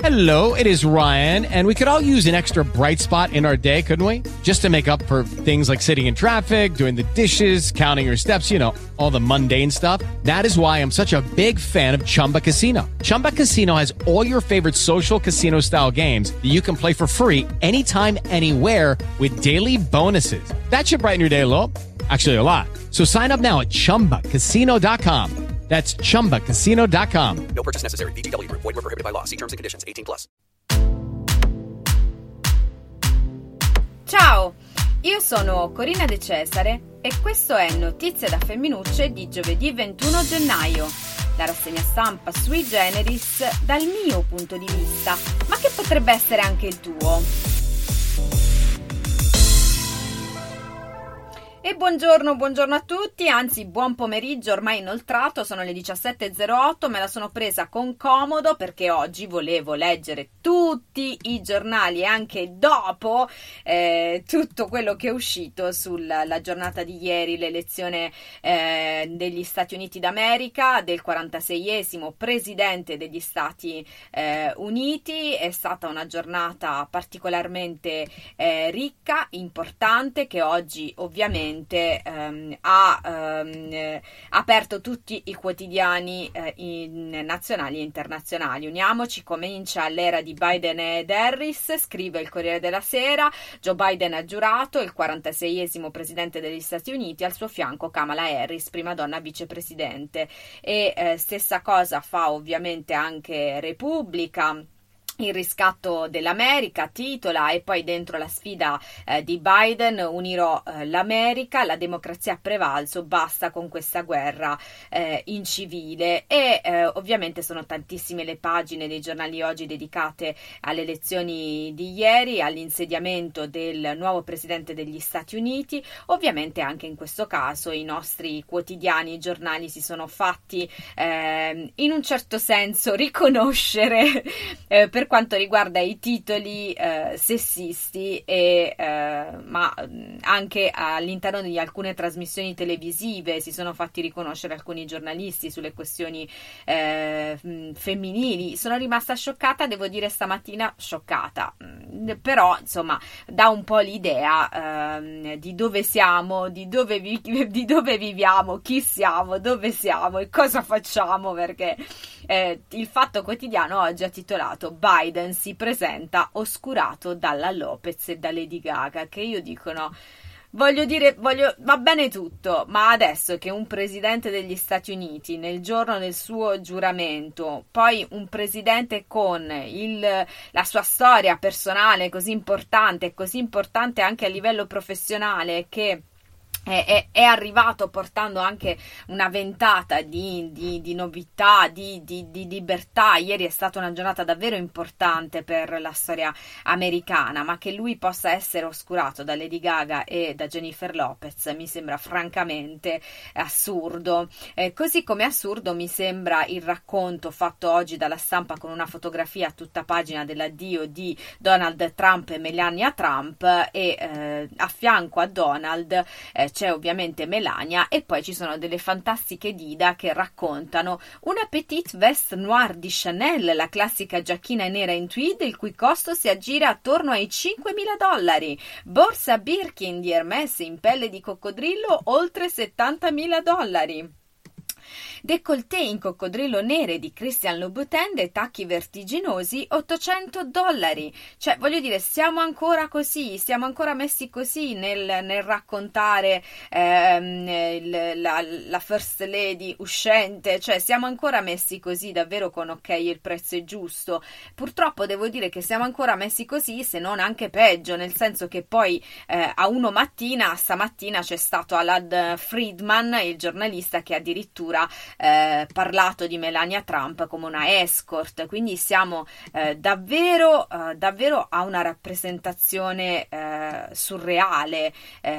Hello, it is Ryan, and we could all use an extra bright spot in our day, couldn't we? Just to make up for things like sitting in traffic, doing the dishes, counting your steps, you know, all the mundane stuff. That is why I'm such a big fan of Chumba Casino. Chumba Casino has all your favorite social casino-style games that you can play for free anytime, anywhere with daily bonuses. That should brighten your day a little. Actually, a lot. So sign up now at ChumbaCasino.com. That's ChumbaCasino.com. No purchase necessary. VGW Group. Void where prohibited by law. See terms and conditions. 18+. Ciao, io sono Corina De Cesare e questo è Notizie da Femminucce di giovedì 21 gennaio. La rassegna stampa sui generis dal mio punto di vista, ma che potrebbe essere anche il tuo. E buongiorno a tutti, anzi buon pomeriggio ormai inoltrato, sono le 17.08, me la sono presa con comodo perché oggi volevo leggere tutti i giornali e anche dopo tutto quello che è uscito sulla giornata di ieri, l'elezione degli Stati Uniti d'America, del 46esimo presidente degli Stati Uniti. È stata una giornata particolarmente ricca, importante, che oggi ovviamente ha aperto tutti i quotidiani nazionali e internazionali. Uniamoci, comincia l'era di Biden ed Harris, scrive il Corriere della Sera. Joe Biden ha giurato, il 46esimo presidente degli Stati Uniti, al suo fianco Kamala Harris, prima donna vicepresidente. E stessa cosa fa ovviamente anche Repubblica. Il riscatto dell'America titola, e poi dentro la sfida di Biden: unirò l'America, la democrazia ha prevalso, basta con questa guerra incivile. E ovviamente sono tantissime le pagine dei giornali oggi dedicate alle elezioni di ieri, all'insediamento del nuovo presidente degli Stati Uniti. Ovviamente anche in questo caso i nostri quotidiani, i giornali si sono fatti in un certo senso riconoscere per quanto riguarda i titoli sessisti ma anche all'interno di alcune trasmissioni televisive si sono fatti riconoscere alcuni giornalisti sulle questioni femminili. Sono rimasta scioccata, devo dire stamattina scioccata, però insomma dà un po' l'idea di dove siamo, di dove viviamo, chi siamo, dove siamo e cosa facciamo, perché il Fatto Quotidiano oggi ha titolato: Biden si presenta oscurato dalla Lopez e da Lady Gaga, che io dico no. Va bene tutto, ma adesso che un presidente degli Stati Uniti nel giorno del suo giuramento, poi un presidente con la sua storia personale così importante anche a livello professionale, che è arrivato portando anche una ventata di novità, di libertà. Ieri è stata una giornata davvero importante per la storia americana, ma che lui possa essere oscurato da Lady Gaga e da Jennifer Lopez mi sembra francamente assurdo. Così come assurdo mi sembra il racconto fatto oggi dalla Stampa con una fotografia a tutta pagina dell'addio di Donald Trump e Melania Trump, e a fianco a Donald c'è ovviamente Melania, e poi ci sono delle fantastiche dida che raccontano una petite veste noire di Chanel, la classica giacchina nera in tweed, il cui costo si aggira attorno ai $5.000, borsa Birkin di Hermès in pelle di coccodrillo, oltre $70.000. Décolleté in coccodrillo nere di Christian Louboutin dei tacchi vertiginosi, $800. Cioè, voglio dire, siamo ancora così, siamo ancora messi così nel raccontare la first lady uscente, cioè siamo ancora messi così davvero con ok, il prezzo è giusto. Purtroppo devo dire che siamo ancora messi così, se non anche peggio, nel senso che poi a uno mattina, stamattina c'è stato Alad Friedman, il giornalista, che addirittura parlato di Melania Trump come una escort, quindi siamo davvero a una rappresentazione surreale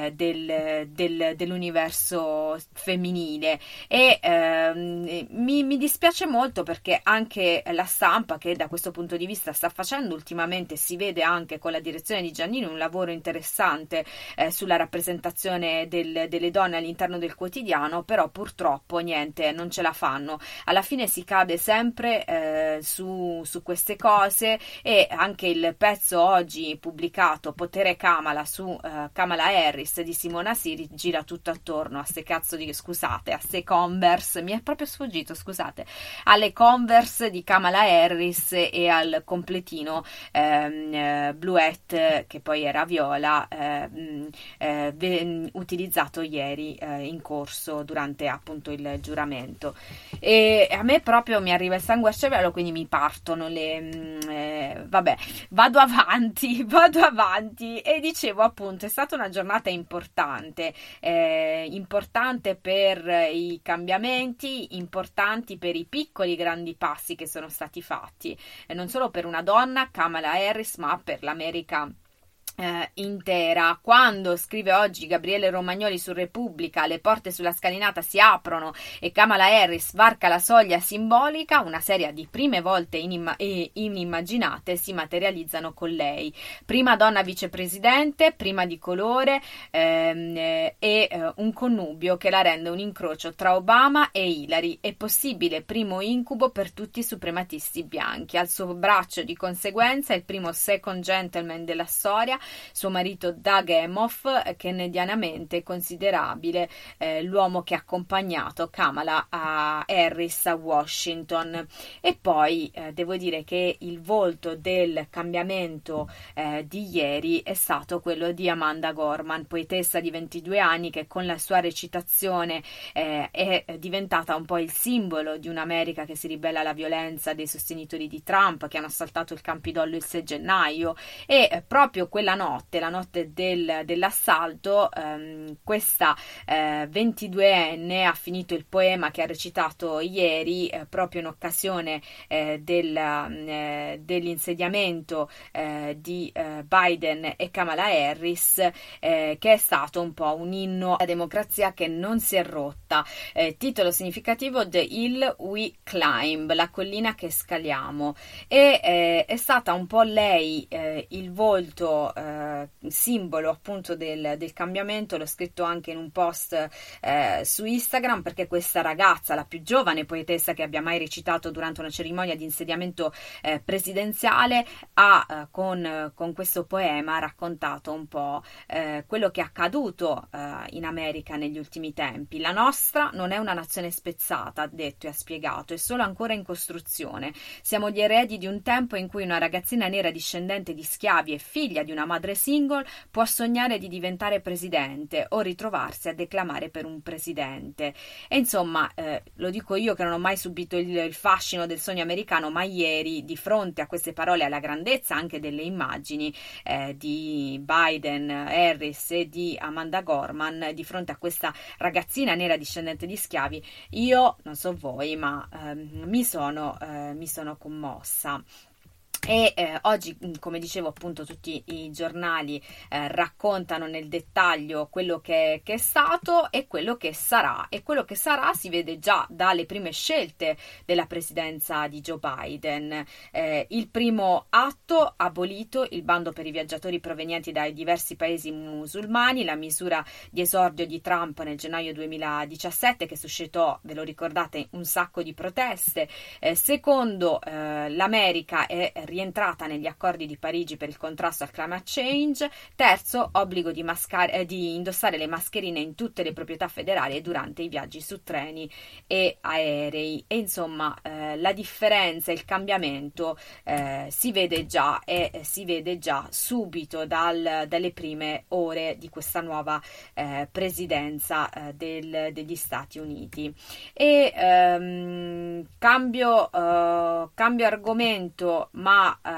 dell'universo femminile, e mi dispiace molto perché anche la Stampa, che da questo punto di vista sta facendo ultimamente, si vede anche con la direzione di Giannini, un lavoro interessante sulla rappresentazione delle donne all'interno del quotidiano, però purtroppo niente, niente, non ce la fanno. Alla fine si cade sempre su queste cose, e anche il pezzo oggi pubblicato, Potere Kamala, su Kamala Harris di Simona Siri, gira tutto attorno a ste cazzo di, scusate, a ste Converse, mi è proprio sfuggito, scusate, alle Converse di Kamala Harris e al completino bluette, che poi era viola, utilizzato ieri in corso durante appunto il giuramento. E a me proprio mi arriva il sangue a cervello, quindi mi partono le vabbè, vado avanti e dicevo appunto, è stata una giornata importante per i cambiamenti, importanti per i piccoli grandi passi che sono stati fatti, e non solo per una donna, Kamala Harris, ma per l'America intera. Quando, scrive oggi Gabriele Romagnoli su Repubblica, le porte sulla scalinata si aprono e Kamala Harris varca la soglia simbolica, una serie di prime volte inimmaginate si materializzano con lei. Prima donna vicepresidente, prima di colore, un connubio che la rende un incrocio tra Obama e Hillary, e possibile primo incubo per tutti i suprematisti bianchi. Al suo braccio, di conseguenza, il primo second gentleman della storia, suo marito Doug Emhoff, kennedianamente considerabile, l'uomo che ha accompagnato Kamala Harris a Washington. E poi devo dire che il volto del cambiamento di ieri è stato quello di Amanda Gorman, poetessa di 22 anni che con la sua recitazione è diventata un po' il simbolo di un'America che si ribella alla violenza dei sostenitori di Trump, che hanno assaltato il Campidoglio il 6 gennaio, e proprio quella notte, la notte dell'assalto, questa 22enne ha finito il poema che ha recitato ieri, proprio in occasione dell'insediamento di Biden e Kamala Harris, che è stato un po' un inno alla democrazia che non si è rotta. Titolo significativo: The Hill We Climb, la collina che scaliamo, e è stata un po' lei il volto, simbolo appunto del cambiamento. L'ho scritto anche in un post su Instagram, perché questa ragazza, la più giovane poetessa che abbia mai recitato durante una cerimonia di insediamento presidenziale, ha con questo poema raccontato un po' quello che è accaduto in America negli ultimi tempi. La nostra non è una nazione spezzata, ha detto e ha spiegato, è solo ancora in costruzione. Siamo gli eredi di un tempo in cui una ragazzina nera discendente di schiavi e figlia di una madre single può sognare di diventare presidente o ritrovarsi a declamare per un presidente. E insomma, lo dico io che non ho mai subito il fascino del sogno americano, ma ieri, di fronte a queste parole, alla grandezza anche delle immagini di Biden, Harris e di Amanda Gorman, di fronte a questa ragazzina nera discendente di schiavi, io non so voi, ma mi sono commossa. E oggi, come dicevo appunto, tutti i giornali raccontano nel dettaglio quello che è stato e quello che sarà, e quello che sarà si vede già dalle prime scelte della presidenza di Joe Biden. Il primo atto: abolito il bando per i viaggiatori provenienti dai diversi paesi musulmani, la misura di esordio di Trump nel gennaio 2017 che suscitò, ve lo ricordate, un sacco di proteste. Secondo, l'America è rientrata negli accordi di Parigi per il contrasto al climate change. Terzo, obbligo di indossare le mascherine in tutte le proprietà federali e durante i viaggi su treni e aerei. E insomma, la differenza, il cambiamento si vede già, e si vede già subito dalle prime ore di questa nuova presidenza degli Stati Uniti. E cambio argomento, ma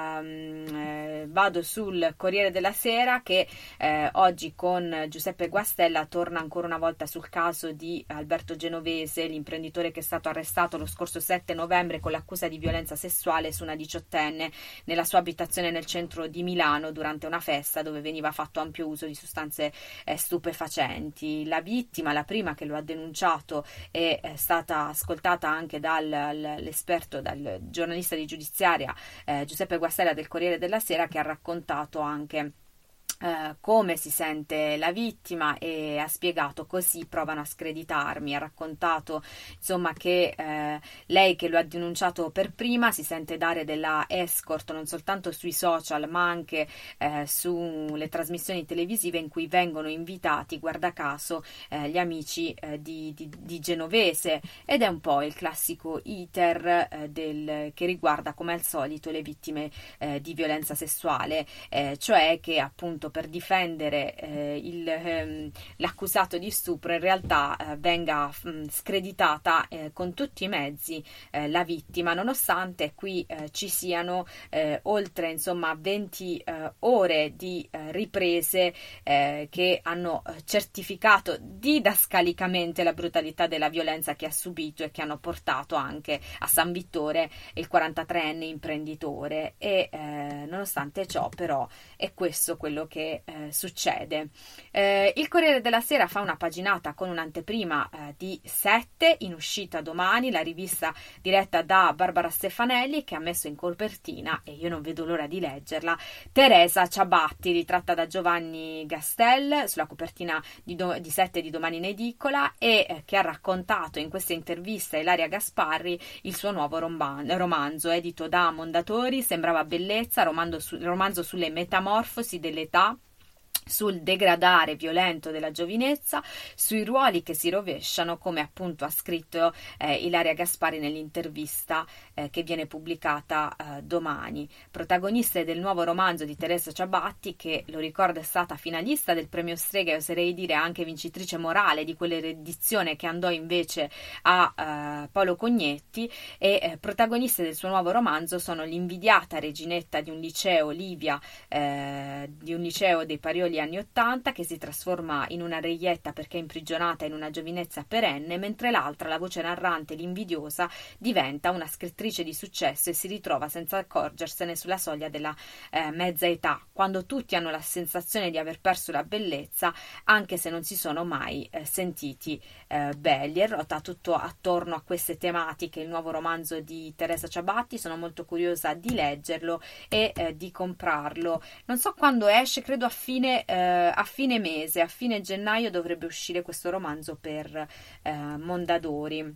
vado sul Corriere della Sera, che oggi con Giuseppe Guastella torna ancora una volta sul caso di Alberto Genovese, l'imprenditore che è stato arrestato lo scorso 7 novembre con l'accusa di violenza sessuale su una diciottenne nella sua abitazione nel centro di Milano durante una festa dove veniva fatto ampio uso di sostanze stupefacenti. La vittima, la prima che lo ha denunciato, è stata ascoltata anche dall'esperto, dal giornalista di giudiziaria Giuseppe Guastella del Corriere della Sera, che ha raccontato anche come si sente la vittima, e ha spiegato: così provano a screditarmi. Ha raccontato insomma che lei, che lo ha denunciato per prima, si sente dare della escort non soltanto sui social ma anche sulle trasmissioni televisive in cui vengono invitati, guarda caso, gli amici di Genovese, ed è un po' il classico iter che riguarda, come al solito, le vittime di violenza sessuale, cioè che appunto per difendere l'accusato di stupro in realtà venga screditata con tutti i mezzi la vittima, nonostante qui ci siano oltre insomma 20 ore di riprese che hanno certificato didascalicamente la brutalità della violenza che ha subito, e che hanno portato anche a San Vittore il 43enne imprenditore. E nonostante ciò, però, è questo quello che succede. Il Corriere della Sera fa una paginata con un'anteprima di 7, in uscita domani, la rivista diretta da Barbara Stefanelli, che ha messo in copertina, e io non vedo l'ora di leggerla, Teresa Ciabatti, ritratta da Giovanni Gastel sulla copertina di 7 di domani in edicola, e che ha raccontato in questa intervista Ilaria Gasparri il suo nuovo romanzo edito da Mondadori. Sembrava bellezza, romanzo sulle metamorfosi dell'età, sul degradare violento della giovinezza, sui ruoli che si rovesciano, come appunto ha scritto Ilaria Gasparri nell'intervista che viene pubblicata domani. Protagoniste del nuovo romanzo di Teresa Ciabatti, che, lo ricordo, è stata finalista del premio Strega e oserei dire anche vincitrice morale di quell'edizione che andò invece a Paolo Cognetti, e protagoniste del suo nuovo romanzo sono l'invidiata reginetta di un liceo, Livia, di un liceo dei Parioli anni 80, che si trasforma in una reietta perché è imprigionata in una giovinezza perenne, mentre l'altra, la voce narrante, l'invidiosa, diventa una scrittrice di successo e si ritrova senza accorgersene sulla soglia della mezza età, quando tutti hanno la sensazione di aver perso la bellezza, anche se non si sono mai sentiti belli. E ruota tutto attorno a queste tematiche il nuovo romanzo di Teresa Ciabatti. Sono molto curiosa di leggerlo e di comprarlo. Non so quando esce, credo a fine mese, a fine gennaio dovrebbe uscire questo romanzo per Mondadori.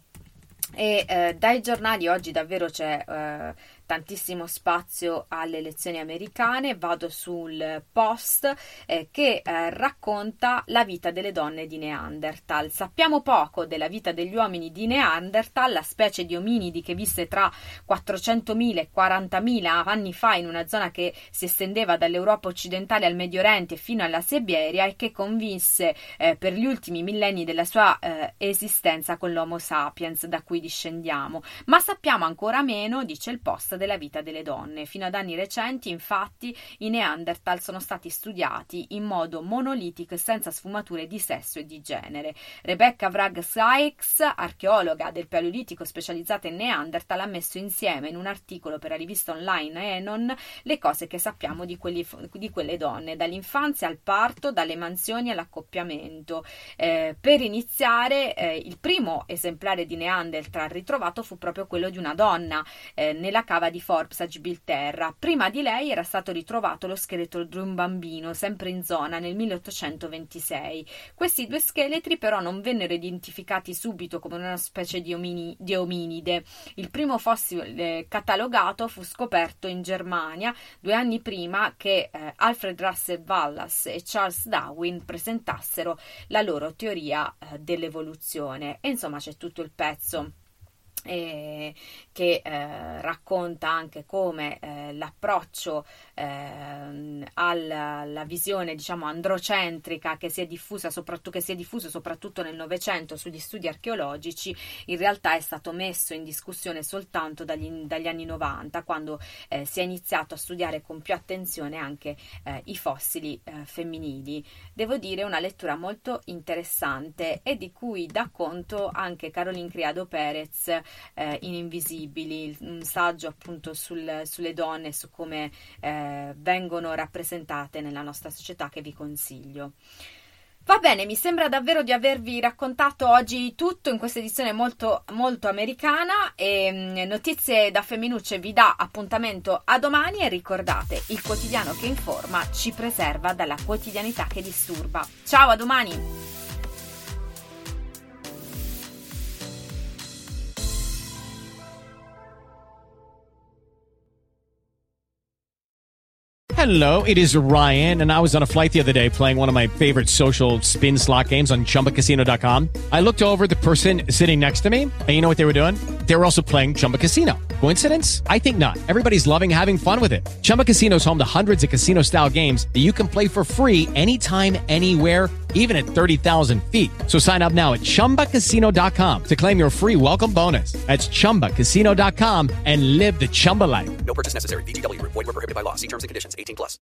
E dai giornali oggi davvero c'è tantissimo spazio alle elezioni americane. Vado sul Post che racconta la vita delle donne di Neanderthal. Sappiamo poco della vita degli uomini di Neanderthal, la specie di ominidi che visse tra 400.000 e 40.000 anni fa in una zona che si estendeva dall'Europa occidentale al Medio Oriente fino alla Siberia, e che convisse per gli ultimi millenni della sua esistenza con l'Homo sapiens, da cui discendiamo. Ma sappiamo ancora meno, dice il Post, della vita delle donne. Fino ad anni recenti, infatti, i Neanderthal sono stati studiati in modo monolitico e senza sfumature di sesso e di genere. Rebecca Vrag Sykes, archeologa del Paleolitico specializzata in Neanderthal, ha messo insieme in un articolo per la rivista online Enon le cose che sappiamo di quelle donne, dall'infanzia al parto, dalle mansioni all'accoppiamento. Per iniziare, il primo esemplare di Neanderthal ritrovato fu proprio quello di una donna nella cava di Forbes a Gibilterra. Prima di lei era stato ritrovato lo scheletro di un bambino, sempre in zona, nel 1826. Questi due scheletri però non vennero identificati subito come una specie di ominide. Il primo fossile catalogato fu scoperto in Germania 2 anni prima che Alfred Russel Wallace e Charles Darwin presentassero la loro teoria dell'evoluzione. E insomma c'è tutto il pezzo che racconta anche come l'approccio alla visione, diciamo, androcentrica che si è diffuso soprattutto nel Novecento sugli studi archeologici, in realtà è stato messo in discussione soltanto dagli anni 90, quando si è iniziato a studiare con più attenzione anche i fossili femminili. Devo dire, una lettura molto interessante, e di cui dà conto anche Caroline Criado Perez in Invisibili, un saggio appunto sulle donne, su come vengono rappresentate nella nostra società, che vi consiglio. Va bene, mi sembra davvero di avervi raccontato oggi tutto in questa edizione molto, molto americana e Notizie da Femminucce vi dà appuntamento a domani e ricordate, il quotidiano che informa ci preserva dalla quotidianità che disturba. Ciao, a domani! Hello, it is Ryan, and I was on a flight the other day playing one of my favorite social spin slot games on ChumbaCasino.com. I looked over at the person sitting next to me, and you know what they were doing? They were also playing Chumba Casino. Coincidence? I think not. Everybody's loving having fun with it. Chumba Casino is home to hundreds of casino-style games that you can play for free anytime, anywhere, even at 30,000 feet. So sign up now at ChumbaCasino.com to claim your free welcome bonus. That's ChumbaCasino.com and live the Chumba life. No purchase necessary. VGW Group. Void where prohibited by law. See terms and conditions. 18+.